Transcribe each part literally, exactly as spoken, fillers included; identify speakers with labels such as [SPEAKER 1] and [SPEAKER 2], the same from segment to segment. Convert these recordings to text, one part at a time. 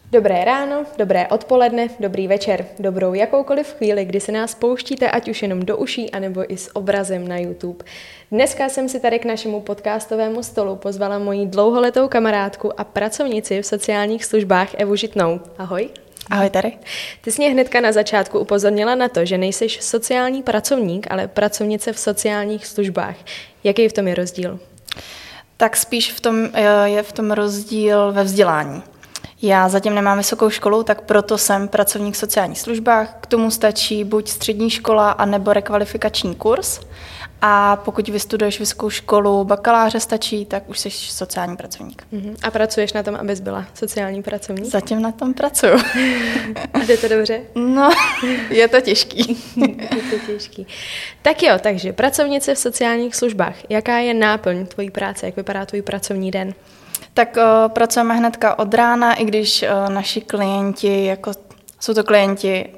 [SPEAKER 1] Dobré ráno, dobré odpoledne, dobrý večer, dobrou jakoukoliv chvíli, kdy se nás pouštíte, ať už jenom do uší, anebo i s obrazem na YouTube. Dneska jsem si tady k našemu podcastovému stolu pozvala moji dlouholetou kamarádku a pracovnici v sociálních službách Evu Žitnou. Ahoj.
[SPEAKER 2] Ahoj tady.
[SPEAKER 1] Ty jsi mě hnedka na začátku upozornila na to, že nejseš sociální pracovník, ale pracovnice v sociálních službách. Jaký v tom je rozdíl?
[SPEAKER 2] Tak spíš v tom je v tom rozdíl ve vzdělání. Já zatím nemám vysokou školu, tak proto jsem pracovník v sociálních službách. K tomu stačí buď střední škola, anebo rekvalifikační kurz. A pokud vystuduješ vysokou školu, bakaláře stačí, tak už jsi sociální pracovník.
[SPEAKER 1] Uh-huh. A pracuješ na tom, abys byla sociální pracovník?
[SPEAKER 2] Zatím na tom pracuju.
[SPEAKER 1] A jde to dobře?
[SPEAKER 2] No, je to těžký.
[SPEAKER 1] Je to těžký. Tak jo, takže pracovnice v sociálních službách. Jaká je náplň tvojí práce? Jak vypadá tvůj pracovní den?
[SPEAKER 2] Tak uh, pracujeme hnedka od rána, i když uh, naši klienti, jako jsou to klienti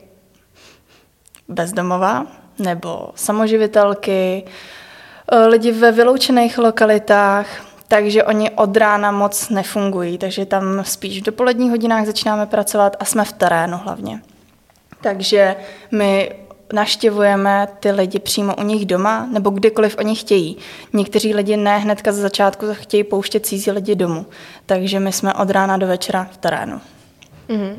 [SPEAKER 2] bezdomová, nebo samoživitelky, uh, lidi ve vyloučených lokalitách, takže oni od rána moc nefungují, takže tam spíš v dopoledních hodinách začínáme pracovat a jsme v terénu hlavně. Takže my navštěvujeme ty lidi přímo u nich doma, nebo kdekoliv oni chtějí. Někteří lidi ne hnedka ze začátku chtějí pouštět cizí lidi domů, takže my jsme od rána do večera v terénu.
[SPEAKER 1] Mm-hmm.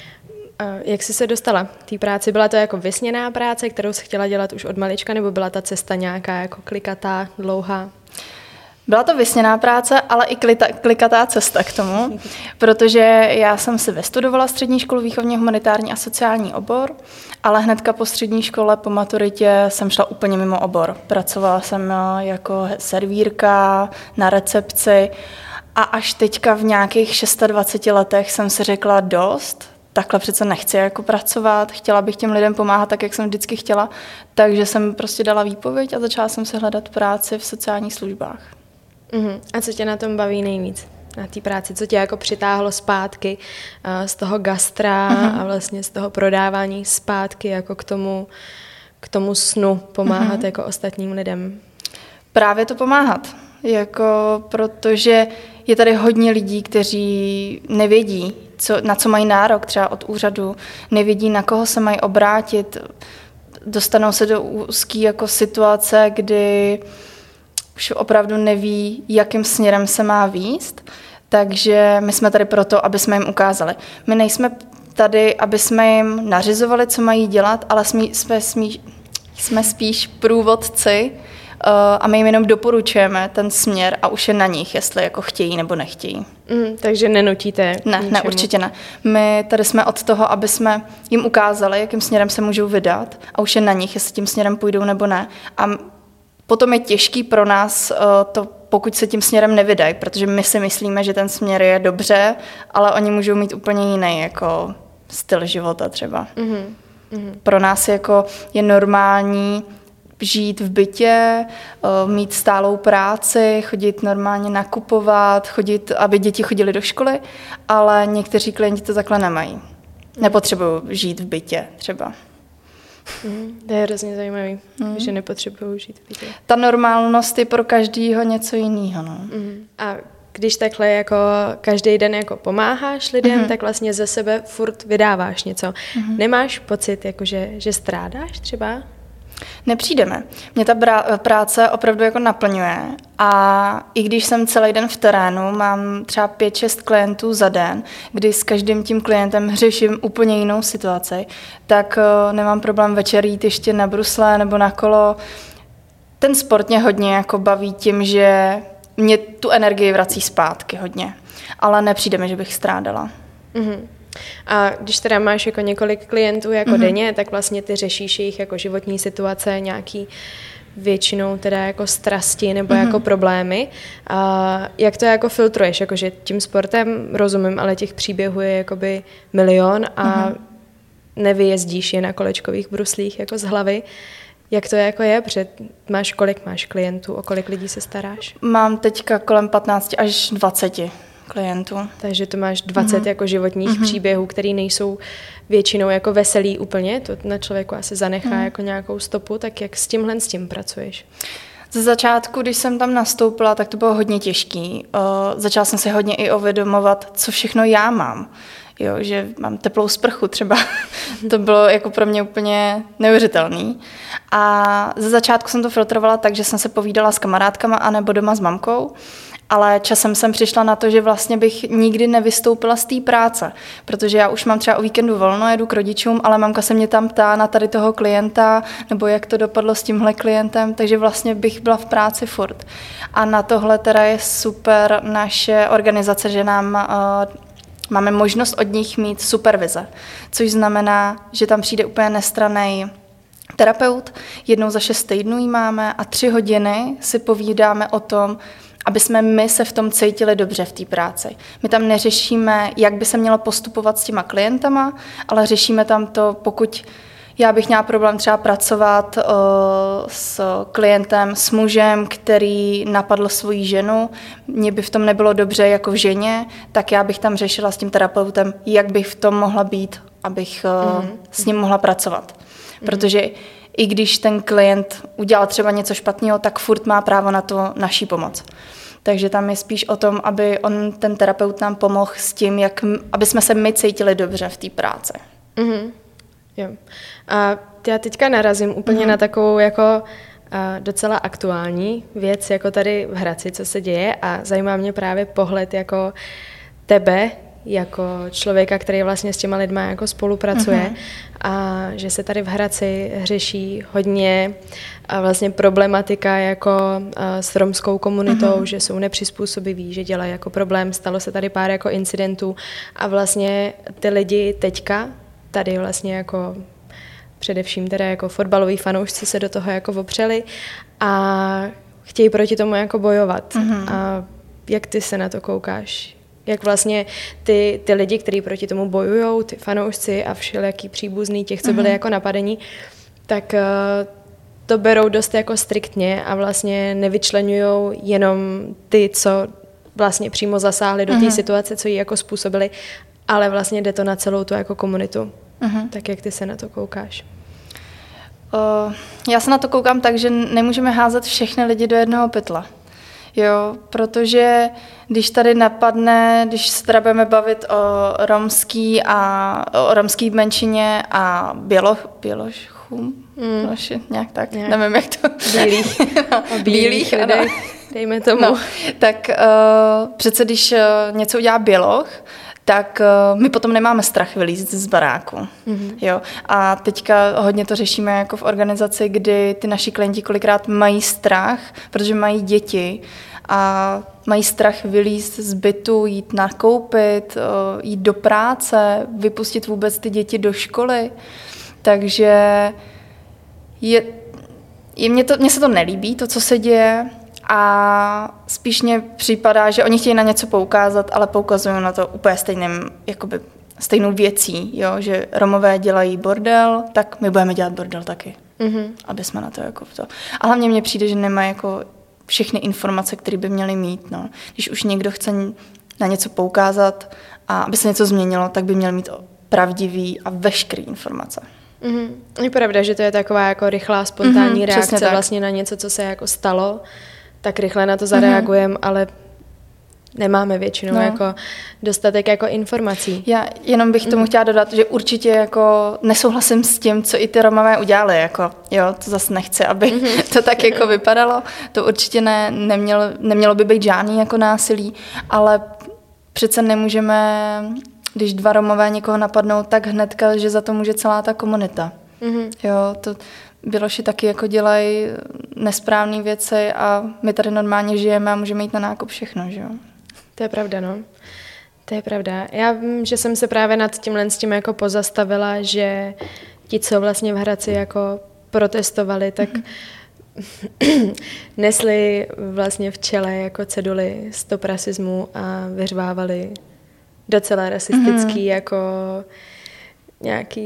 [SPEAKER 1] A jak jsi se dostala k té práci? Byla to jako vysněná práce, kterou jsi chtěla dělat už od malička, nebo byla ta cesta nějaká jako klikatá, dlouhá?
[SPEAKER 2] Byla to vysněná práce, ale i klita, klikatá cesta k tomu, protože já jsem si vystudovala střední školu výchovně humanitární a sociální obor, ale hnedka po střední škole, po maturitě jsem šla úplně mimo obor. Pracovala jsem jako servírka na recepci a až teďka v nějakých dvaceti šesti letech jsem si řekla dost, takhle přece nechci jako pracovat, chtěla bych těm lidem pomáhat tak, jak jsem vždycky chtěla, takže jsem prostě dala výpověď a začala jsem se hledat práci v sociálních službách.
[SPEAKER 1] Uh-huh. A co tě na tom baví nejvíc? Na té práci? Co tě jako přitáhlo zpátky uh, z toho gastra uh-huh. a vlastně z toho prodávání zpátky jako k tomu, k tomu snu pomáhat uh-huh. jako ostatním lidem?
[SPEAKER 2] Právě to pomáhat. Jako, protože je tady hodně lidí, kteří nevědí, co, na co mají nárok třeba od úřadu, nevědí, na koho se mají obrátit, dostanou se do úzký jako situace, kdy už opravdu neví, jakým směrem se má vést, takže my jsme tady proto, aby jsme jim ukázali. My nejsme tady, aby jsme jim nařizovali, co mají dělat, ale jsme, jsme, smí, jsme spíš průvodci uh, a my jim jenom doporučujeme ten směr a už je na nich, jestli jako chtějí nebo nechtějí.
[SPEAKER 1] Mm, takže nenutíte
[SPEAKER 2] Ne, ne, určitě ne. My tady jsme od toho, aby jsme jim ukázali, jakým směrem se můžou vydat a už je na nich, jestli tím směrem půjdou nebo ne. A potom je těžký pro nás to, pokud se tím směrem nevydají, protože my si myslíme, že ten směr je dobře, ale oni můžou mít úplně jiný jako styl života třeba. Mm-hmm. Pro nás jako je normální žít v bytě, mít stálou práci, chodit normálně nakupovat, chodit, aby děti chodily do školy, ale někteří klienti to takhle nemají. Nepotřebují žít v bytě třeba.
[SPEAKER 1] Mm, to je hrozně zajímavý, mm. že nepotřebuji žít v bytě.
[SPEAKER 2] Ta normálnost je pro každýho něco jiného. No.
[SPEAKER 1] Mm. A když takhle jako každý den jako pomáháš lidem, mm. tak vlastně ze sebe furt vydáváš něco. Mm. Nemáš pocit, jako že, že strádáš třeba?
[SPEAKER 2] Nepřijdeme. Mě ta brá- práce opravdu jako naplňuje a i když jsem celý den v terénu, mám třeba pět šest klientů za den, kdy s každým tím klientem řeším úplně jinou situaci, tak uh, nemám problém večer jít ještě na brusle nebo na kolo. Ten sport mě hodně jako baví tím, že mě tu energii vrací zpátky hodně, ale nepřijde mi, že bych strádala.
[SPEAKER 1] Mm-hmm. A když teda máš jako několik klientů jako mm-hmm. denně, tak vlastně ty řešíš jejich jako životní situace, nějaký většinou teda jako strasti nebo mm-hmm. jako problémy. A jak to jako filtruješ? Jakože tím sportem rozumím, ale těch příběhů je jakoby milion a mm-hmm. nevyjezdíš je na kolečkových bruslích jako z hlavy. Jak to jako je? Protože máš kolik máš klientů, o kolik lidí se staráš?
[SPEAKER 2] Mám teďka kolem patnáct až dvacet klientů.
[SPEAKER 1] Takže to máš dvacet mm-hmm. jako životních mm-hmm. příběhů, které nejsou většinou jako veselý úplně, to na člověku asi zanechá mm. jako nějakou stopu, tak jak s tímhle s tím pracuješ?
[SPEAKER 2] Ze začátku, když jsem tam nastoupila, tak to bylo hodně těžký. Uh, začala jsem si hodně i uvědomovat, co všechno já mám. Jo, že mám teplou sprchu třeba. To bylo jako pro mě úplně neuvěřitelný. A ze začátku jsem to filtrovala tak, že jsem se povídala s kamarádkama anebo doma s mamkou, ale časem jsem přišla na to, že vlastně bych nikdy nevystoupila z té práce, protože já už mám třeba o víkendu volno, jedu k rodičům, ale mamka se mě tam ptá na tady toho klienta, nebo jak to dopadlo s tímhle klientem, takže vlastně bych byla v práci furt. A na tohle teda je super naše organizace, že nám uh, máme možnost od nich mít supervize, což znamená, že tam přijde úplně nestranný terapeut, jednou za šest týdnů jí máme a tři hodiny si povídáme o tom, aby jsme my se v tom cítili dobře v té práci. My tam neřešíme, jak by se mělo postupovat s těma klientama, ale řešíme tam to, pokud já bych měla problém třeba pracovat uh, s klientem, s mužem, který napadl svoji ženu, mně by v tom nebylo dobře jako v ženě, tak já bych tam řešila s tím terapeutem, jak bych v tom mohla být, abych uh, mm-hmm. s ním mohla pracovat. Mm-hmm. Protože i když ten klient udělal třeba něco špatného, tak furt má právo na to naší pomoc. Takže tam je spíš o tom, aby on, ten terapeut nám pomohl s tím, jak, aby jsme se my cítili dobře v té práci.
[SPEAKER 1] Mm-hmm. Jo. A já teďka narazím úplně mm-hmm. na takovou jako a, docela aktuální věc, jako tady v Hradci, co se děje a zajímá mě právě pohled jako tebe, jako člověka, který vlastně s těma lidma jako spolupracuje mm-hmm. a že se tady v Hradci řeší hodně a vlastně problematika jako s romskou komunitou, mm-hmm. že jsou nepřizpůsobiví, že dělají jako problém. Stalo se tady pár jako incidentů a vlastně ty lidi teďka tady vlastně jako především teda jako fotbaloví fanoušci se do toho jako opřeli a chtějí proti tomu jako bojovat. Mm-hmm. A jak ty se na to koukáš? Jak vlastně ty, ty lidi, kteří proti tomu bojujou, ty fanoušci a všelijaký příbuzný těch, co byli mm-hmm. jako napadení, tak uh, to berou dost jako striktně a vlastně nevyčleňujou jenom ty, co vlastně přímo zasáhli do té mm-hmm. situace, co jí jako způsobili, ale vlastně jde to na celou tu jako komunitu. Mm-hmm. Tak jak ty se na to koukáš?
[SPEAKER 2] Uh, já se na to koukám tak, že nemůžeme házet všechny lidi do jednoho pytle. Jo, protože když tady napadne, když se teda budeme bavit o romský a o romský menšině a běloch, bělochům, mm. Běloši, nějak tak, nějak. Nevím, jak to...
[SPEAKER 1] Bílých.
[SPEAKER 2] O bílých,
[SPEAKER 1] lidech, dejme tomu.
[SPEAKER 2] No, tak uh, přece, když uh, něco udělá běloch, tak uh, my potom nemáme strach vylízt z baráku. Mm-hmm. Jo? A teďka hodně to řešíme jako v organizaci, kdy ty naši klienti kolikrát mají strach, protože mají děti a mají strach vylízt z bytu, jít nakoupit, uh, jít do práce, vypustit vůbec ty děti do školy. Takže je, je, mně, to, mně se to nelíbí, to, co se děje. A spíš mně připadá, že oni chtějí na něco poukázat, ale poukazují na to úplně stejným, jakoby stejnou věcí, jo? Že Romové dělají bordel, tak my budeme dělat bordel taky, mm-hmm. aby jsme na to jako to. A hlavně mně přijde, že nemají jako všechny informace, které by měli mít. No. Když už někdo chce na něco poukázat a aby se něco změnilo, tak by měl mít pravdivý a veškerý informace.
[SPEAKER 1] Mm-hmm. Je pravda, že to je taková jako rychlá, spontánní mm-hmm, reakce vlastně na něco, co se jako stalo, tak rychle na to zareagujeme, mm-hmm. ale nemáme většinou no. jako dostatek jako informací.
[SPEAKER 2] Já jenom bych tomu mm-hmm. chtěla dodat, že určitě jako nesouhlasím s tím, co i ty Romové udělali, jako jo, to zase nechci, aby mm-hmm. to tak jako vypadalo, to určitě ne, nemělo, nemělo by být žádný jako násilí, ale přece nemůžeme, když dva Romové někoho napadnou, tak hnedka, že za to může celá ta komunita. Mm-hmm. Jo, to Běloši taky jako dělají nesprávné věci a my tady normálně žijeme a můžeme jít na nákup všechno, že jo.
[SPEAKER 1] To je pravda, no. To je pravda. Já vím, že jsem se právě nad tímhle s tím jako pozastavila, že ti, co vlastně v Hradci jako protestovali, tak mm-hmm. nesli vlastně v čele jako ceduly stop rasismu a vyřvávali docela rasistický mm-hmm. jako nějaký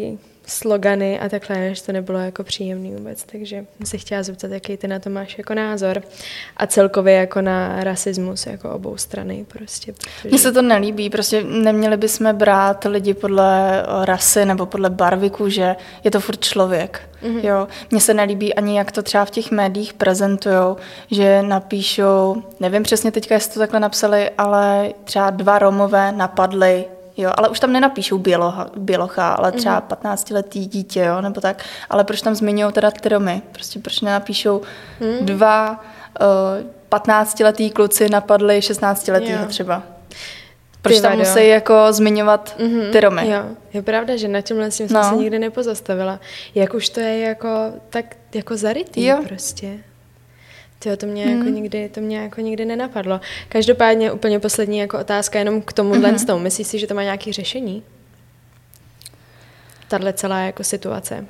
[SPEAKER 1] slogany a takhle, že to nebylo jako příjemný vůbec, takže jsem se chtěla zeptat, jaký ty na to máš jako názor a celkově jako na rasismus jako obou strany prostě. Protože...
[SPEAKER 2] Mně se to nelíbí, prostě neměli bychom brát lidi podle rasy nebo podle barvy kůže, je to furt člověk. Mm-hmm. Jo. Mně se nelíbí ani jak to třeba v těch médiích prezentujou, že napíšou, nevím přesně teďka, jestli to takhle napsali, ale třeba dva Romové napadli. Jo, ale už tam nenapíšou bělocha, bělocha ale třeba mm-hmm. patnáctiletý dítě, jo, nebo tak. Ale proč tam zmiňují teda ty Romy? Prostě proč nenapíšou mm. dva uh, patnáctiletý kluci napadli šestnáctiletýho třeba? Proč
[SPEAKER 1] Ty
[SPEAKER 2] tam
[SPEAKER 1] vado.
[SPEAKER 2] musí jako zmiňovat mm-hmm. ty Romy?
[SPEAKER 1] Jo, je pravda, že na tímhle jsem
[SPEAKER 2] no.
[SPEAKER 1] se nikdy nepozastavila. Jak už to je jako tak jako zarytý jo. prostě. Tyjo, to mě, hmm. jako nikdy, to mě jako nikdy nenapadlo. Každopádně úplně poslední jako otázka jenom k tomuhle mm-hmm. tomu. Myslíš si, že to má nějaké řešení? Tahle celá jako situace.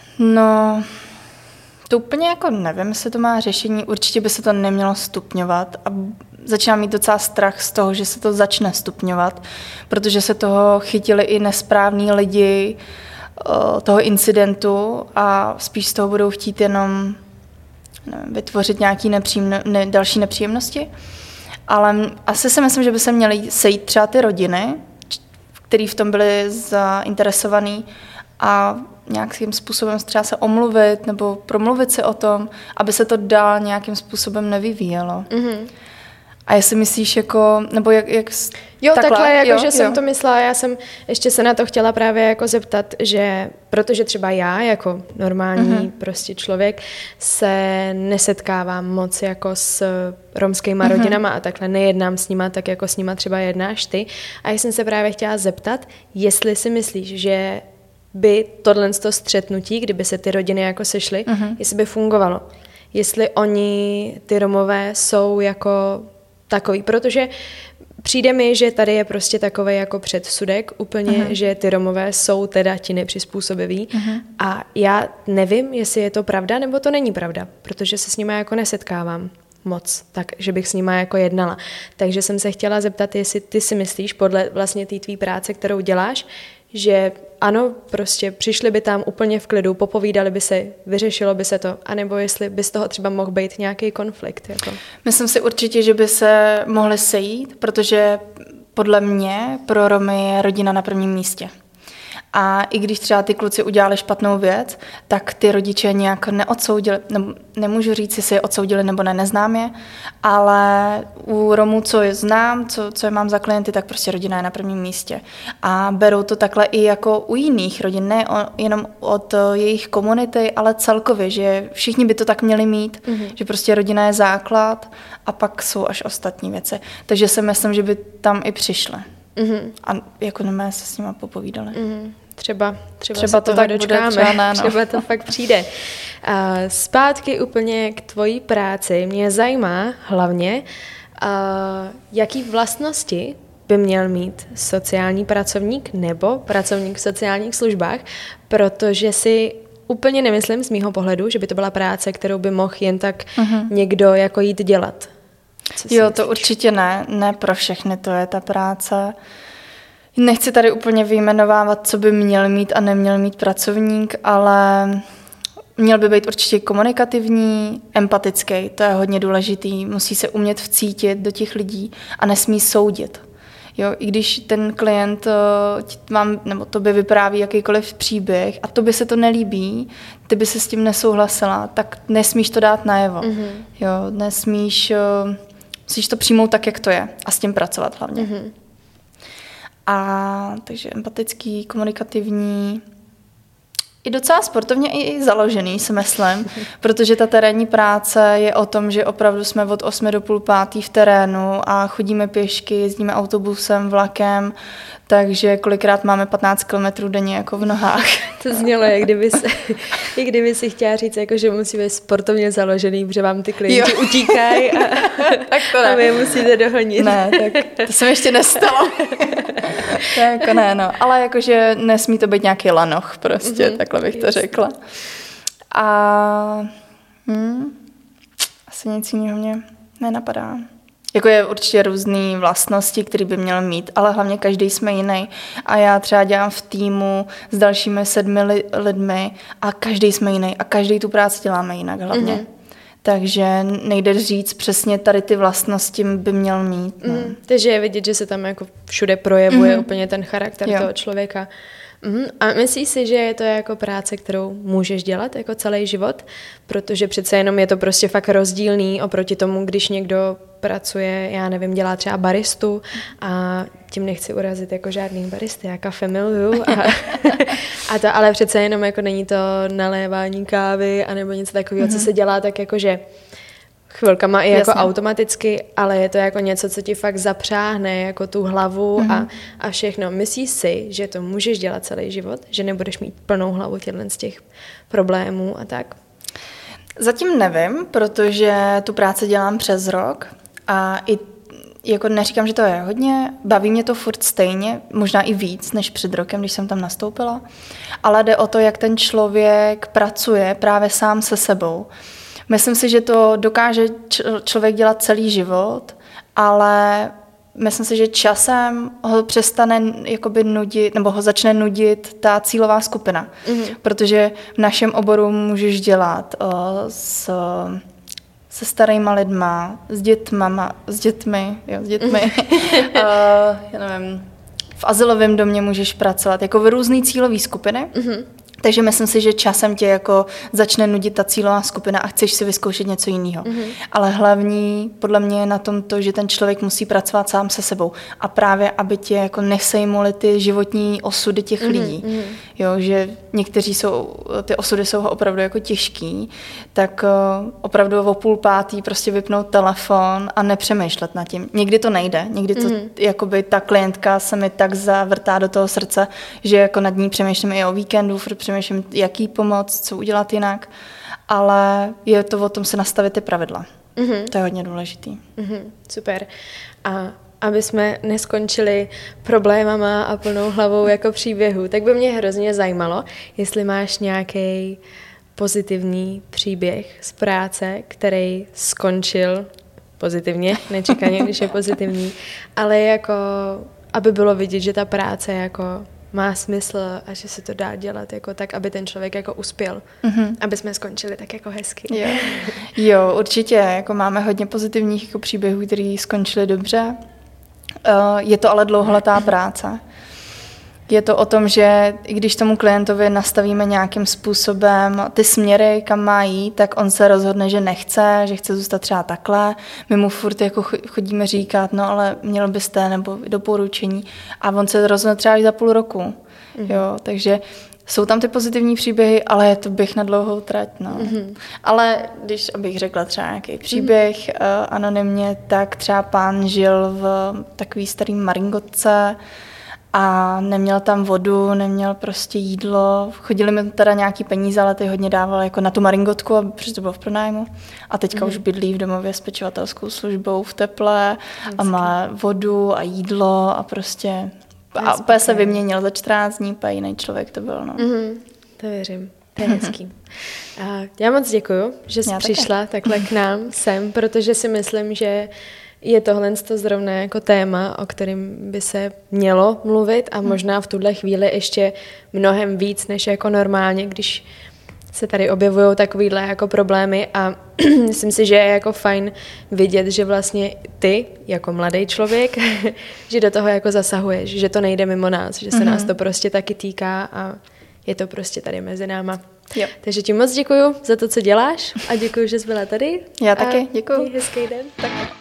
[SPEAKER 2] No, to úplně jako nevím, jestli to má řešení. Určitě by se to nemělo stupňovat a začínám mít docela strach z toho, že se to začne stupňovat, protože se toho chytili i nesprávní lidi toho incidentu a spíš z toho budou chtít jenom nevím, vytvořit nějaké nepříjemno, ne, další nepříjemnosti. Ale asi si myslím, že by se měly sejít třeba ty rodiny, které v tom byly zainteresovaný a nějakým způsobem třeba se omluvit nebo promluvit si o tom, aby se to dál nějakým způsobem nevyvíjelo. Mm-hmm. A jestli myslíš jako, nebo jak... jak
[SPEAKER 1] jo, takhle, takhle jako,
[SPEAKER 2] jo,
[SPEAKER 1] že
[SPEAKER 2] jo.
[SPEAKER 1] jsem to myslela, já jsem ještě se na to chtěla právě jako zeptat, že protože třeba já jako normální mm-hmm. prostě člověk se nesetkávám moc jako s romskýma mm-hmm. rodinama a takhle nejednám s nima tak, jako s nima třeba jednáš ty. A já jsem se právě chtěla zeptat, jestli si myslíš, že by tohle střetnutí, kdyby se ty rodiny jako sešly, mm-hmm. jestli by fungovalo. Jestli oni, ty Romové, jsou jako takový, protože přijde mi, že tady je prostě takovej jako předsudek úplně, uh-huh. že ty Romové jsou teda ti nepřizpůsobiví uh-huh. a já nevím, jestli je to pravda, nebo to není pravda, protože se s nimi jako nesetkávám moc, tak, že bych s nima jako jednala. Takže jsem se chtěla zeptat, jestli ty si myslíš podle vlastně té tvý práce, kterou děláš, že ano, prostě přišli by tam úplně v klidu, popovídali by se, vyřešilo by se to, anebo jestli by z toho třeba mohl být nějaký konflikt. Jako.
[SPEAKER 2] Myslím si určitě, že by se mohli sejít, protože podle mě pro Romy je rodina na prvním místě. A i když třeba ty kluci udělali špatnou věc, tak ty rodiče nějak neodsoudili, ne, nemůžu říct, jestli je odsoudili nebo ne, neznám je, ale u Romů, co je znám, co, co je mám za klienty, tak prostě rodina je na prvním místě. A berou to takhle i jako u jiných rodin, ne o, jenom od jejich komunity, ale celkově, že všichni by to tak měli mít, mm-hmm. že prostě rodina je základ a pak jsou až ostatní věci. Takže si myslím, že by tam i přišli. Mm-hmm. A jako nemá se s nima popovídali. Mm-hmm.
[SPEAKER 1] Třeba, třeba,
[SPEAKER 2] třeba
[SPEAKER 1] se
[SPEAKER 2] to
[SPEAKER 1] toho
[SPEAKER 2] tak
[SPEAKER 1] dočkáme.
[SPEAKER 2] Bude, třeba, ne, no.
[SPEAKER 1] třeba to fakt přijde. A zpátky úplně k tvojí práci. Mě zajímá hlavně, jaký vlastnosti by měl mít sociální pracovník nebo pracovník v sociálních službách, protože si úplně nemyslím z mýho pohledu, že by to byla práce, kterou by mohl jen tak uh-huh. někdo jako jít dělat.
[SPEAKER 2] Jo, to určitě ne. Ne pro všechny to je ta práce. Nechci tady úplně vyjmenovávat, co by měl mít a neměl mít pracovník, ale měl by být určitě komunikativní, empatický, to je hodně důležitý. Musí se umět vcítit do těch lidí a nesmí soudit. Jo, i když ten klient vám, nebo tobě vypráví jakýkoliv příběh a tobě se to nelíbí, ty by se s tím nesouhlasila, tak nesmíš to dát najevo. Mm-hmm. Jo, nesmíš, musíš to přijmout tak, jak to je a s tím pracovat hlavně. Mm-hmm. A takže empatický, komunikativní, i docela sportovně i založený, si myslím, protože ta terénní práce je o tom, že opravdu jsme od osmi do půl pátý v terénu a chodíme pěšky, jezdíme autobusem, vlakem, takže kolikrát máme patnáct kilometrů denně jako v nohách.
[SPEAKER 1] To znělo, jak kdyby, se, jak kdyby si chtěla říct, jako, že musí být sportovně založený, protože vám ty klienti jo. utíkají a,
[SPEAKER 2] tak to ne.
[SPEAKER 1] a vy je musíte dohonit.
[SPEAKER 2] Ne, tak to se mi ještě nestalo. To jako ne, no. Ale jakože nesmí to být nějaký lanoch prostě, mm-hmm. takhle bych to Just. řekla. A hm, asi nic jiného mě nenapadá. Jako je určitě různý vlastnosti, které by měl mít, ale hlavně každý jsme jiný. A já třeba dělám v týmu s dalšími sedmi li- lidmi a každý jsme jiný a každý tu práci děláme jinak hlavně. Mm-hmm. Takže nejde říct přesně tady ty vlastnosti by měl mít. No.
[SPEAKER 1] Mm, takže je vidět, že se tam jako všude projevuje mm-hmm. úplně ten charakter jo. toho člověka. Mm, a myslíš si, že je to jako práce, kterou můžeš dělat jako celý život? Protože přece jenom je to prostě fakt rozdílný oproti tomu, když někdo pracuje, já nevím, dělá třeba baristu a tím nechci urazit jako žádný baristy, já kafe miluju. A, a to ale přece jenom jako není to nalévání kávy anebo něco takového, mm-hmm. co se dělá tak jako, že chvilkama i jako Jasně. automaticky, ale je to jako něco, co ti fakt zapřáhne jako tu hlavu mm-hmm. a, a všechno. Myslíš si, že to můžeš dělat celý život? Že nebudeš mít plnou hlavu těchto z těch problémů a tak?
[SPEAKER 2] Zatím nevím, protože tu práci dělám přes rok a i jako neříkám, že to je hodně, baví mě to furt stejně, možná i víc než před rokem, když jsem tam nastoupila, ale jde o to, jak ten člověk pracuje právě sám se sebou. Myslím si, že to dokáže člověk dělat celý život, ale myslím si, že časem ho přestane jakoby nudit, nebo ho začne nudit ta cílová skupina. Mm-hmm. Protože v našem oboru můžeš dělat uh, s, se starýma lidma, s dětmama, s dětmi, jo, s dětmi. uh, já nevím, v azylovém domě můžeš pracovat, jako v různý cílový skupiny. Mm-hmm. Takže myslím si, že časem tě jako začne nudit ta cílová skupina a chceš si vyzkoušet něco jiného. Mm-hmm. Ale hlavní podle mě je na tom to, že ten člověk musí pracovat sám se sebou. A právě, aby tě jako nesejmuly ty životní osudy těch mm-hmm. lidí. Jo, že někteří jsou, ty osudy jsou opravdu jako těžký, tak uh, opravdu o půl pátý prostě vypnout telefon a nepřemýšlet nad tím. Někdy to nejde. Někdy to, mm-hmm. jakoby ta klientka se mi tak zavrtá do toho srdce, že jako nad ní přemýšlím i o víkendu, přemýšlím, jaký pomoct, co udělat jinak, ale je to o tom se nastavit ty pravidla. Mm-hmm. To je hodně důležitý.
[SPEAKER 1] Mm-hmm. Super. A aby jsme neskončili problémama a plnou hlavou jako příběhu, tak by mě hrozně zajímalo, jestli máš nějaký pozitivní příběh z práce, který skončil pozitivně, nečekaně, když je pozitivní, ale jako, aby bylo vidět, že ta práce jako má smysl a že se to dá dělat jako tak, aby ten člověk jako uspěl. Mm-hmm. Aby jsme skončili tak jako hezky.
[SPEAKER 2] Jo, jo určitě. Jako máme hodně pozitivních jako příběhů, které skončily dobře. Uh, je to ale dlouholetá práce. Je to o tom, že i když tomu klientovi nastavíme nějakým způsobem ty směry, kam má jít, tak on se rozhodne, že nechce, že chce zůstat třeba takhle. My mu furt jako chodíme říkat, no ale měl byste, nebo doporučení. A on se rozhodne třeba i za půl roku. Mm. Jo, takže jsou tam ty pozitivní příběhy, ale je to běh na dlouhou trať. No. Mm-hmm. Ale když abych řekla třeba nějaký příběh mm-hmm. uh, anonymně, tak třeba pán žil v takový starý maringotce, a neměl tam vodu, neměl prostě jídlo. Chodili mi teda nějaký peníze, ale ty hodně dával jako na tu maringotku, protože to bylo v pronájmu. A teďka mm. už bydlí v domově s pečovatelskou službou v teple a má vodu a jídlo a prostě... A úplně se vyměnil za čtrnáct dní, pa jiný člověk to byl. No.
[SPEAKER 1] Mm-hmm. To věřím. To je hezký. A já moc děkuju, že jsi já přišla také. takhle k nám sem, protože si myslím, že je tohle to zrovna jako téma, o kterém by se mělo mluvit a možná v tuhle chvíli ještě mnohem víc, než jako normálně, když se tady objevují takovýhle jako problémy a myslím si, že je jako fajn vidět, že vlastně ty, jako mladý člověk, že do toho jako zasahuješ, že to nejde mimo nás, že se mm-hmm. nás to prostě taky týká a je to prostě tady mezi náma. Jo. Takže ti moc děkuju za to, co děláš a děkuju, že jsi byla tady.
[SPEAKER 2] Já taky, děkuju.
[SPEAKER 1] Hezký den. Tak.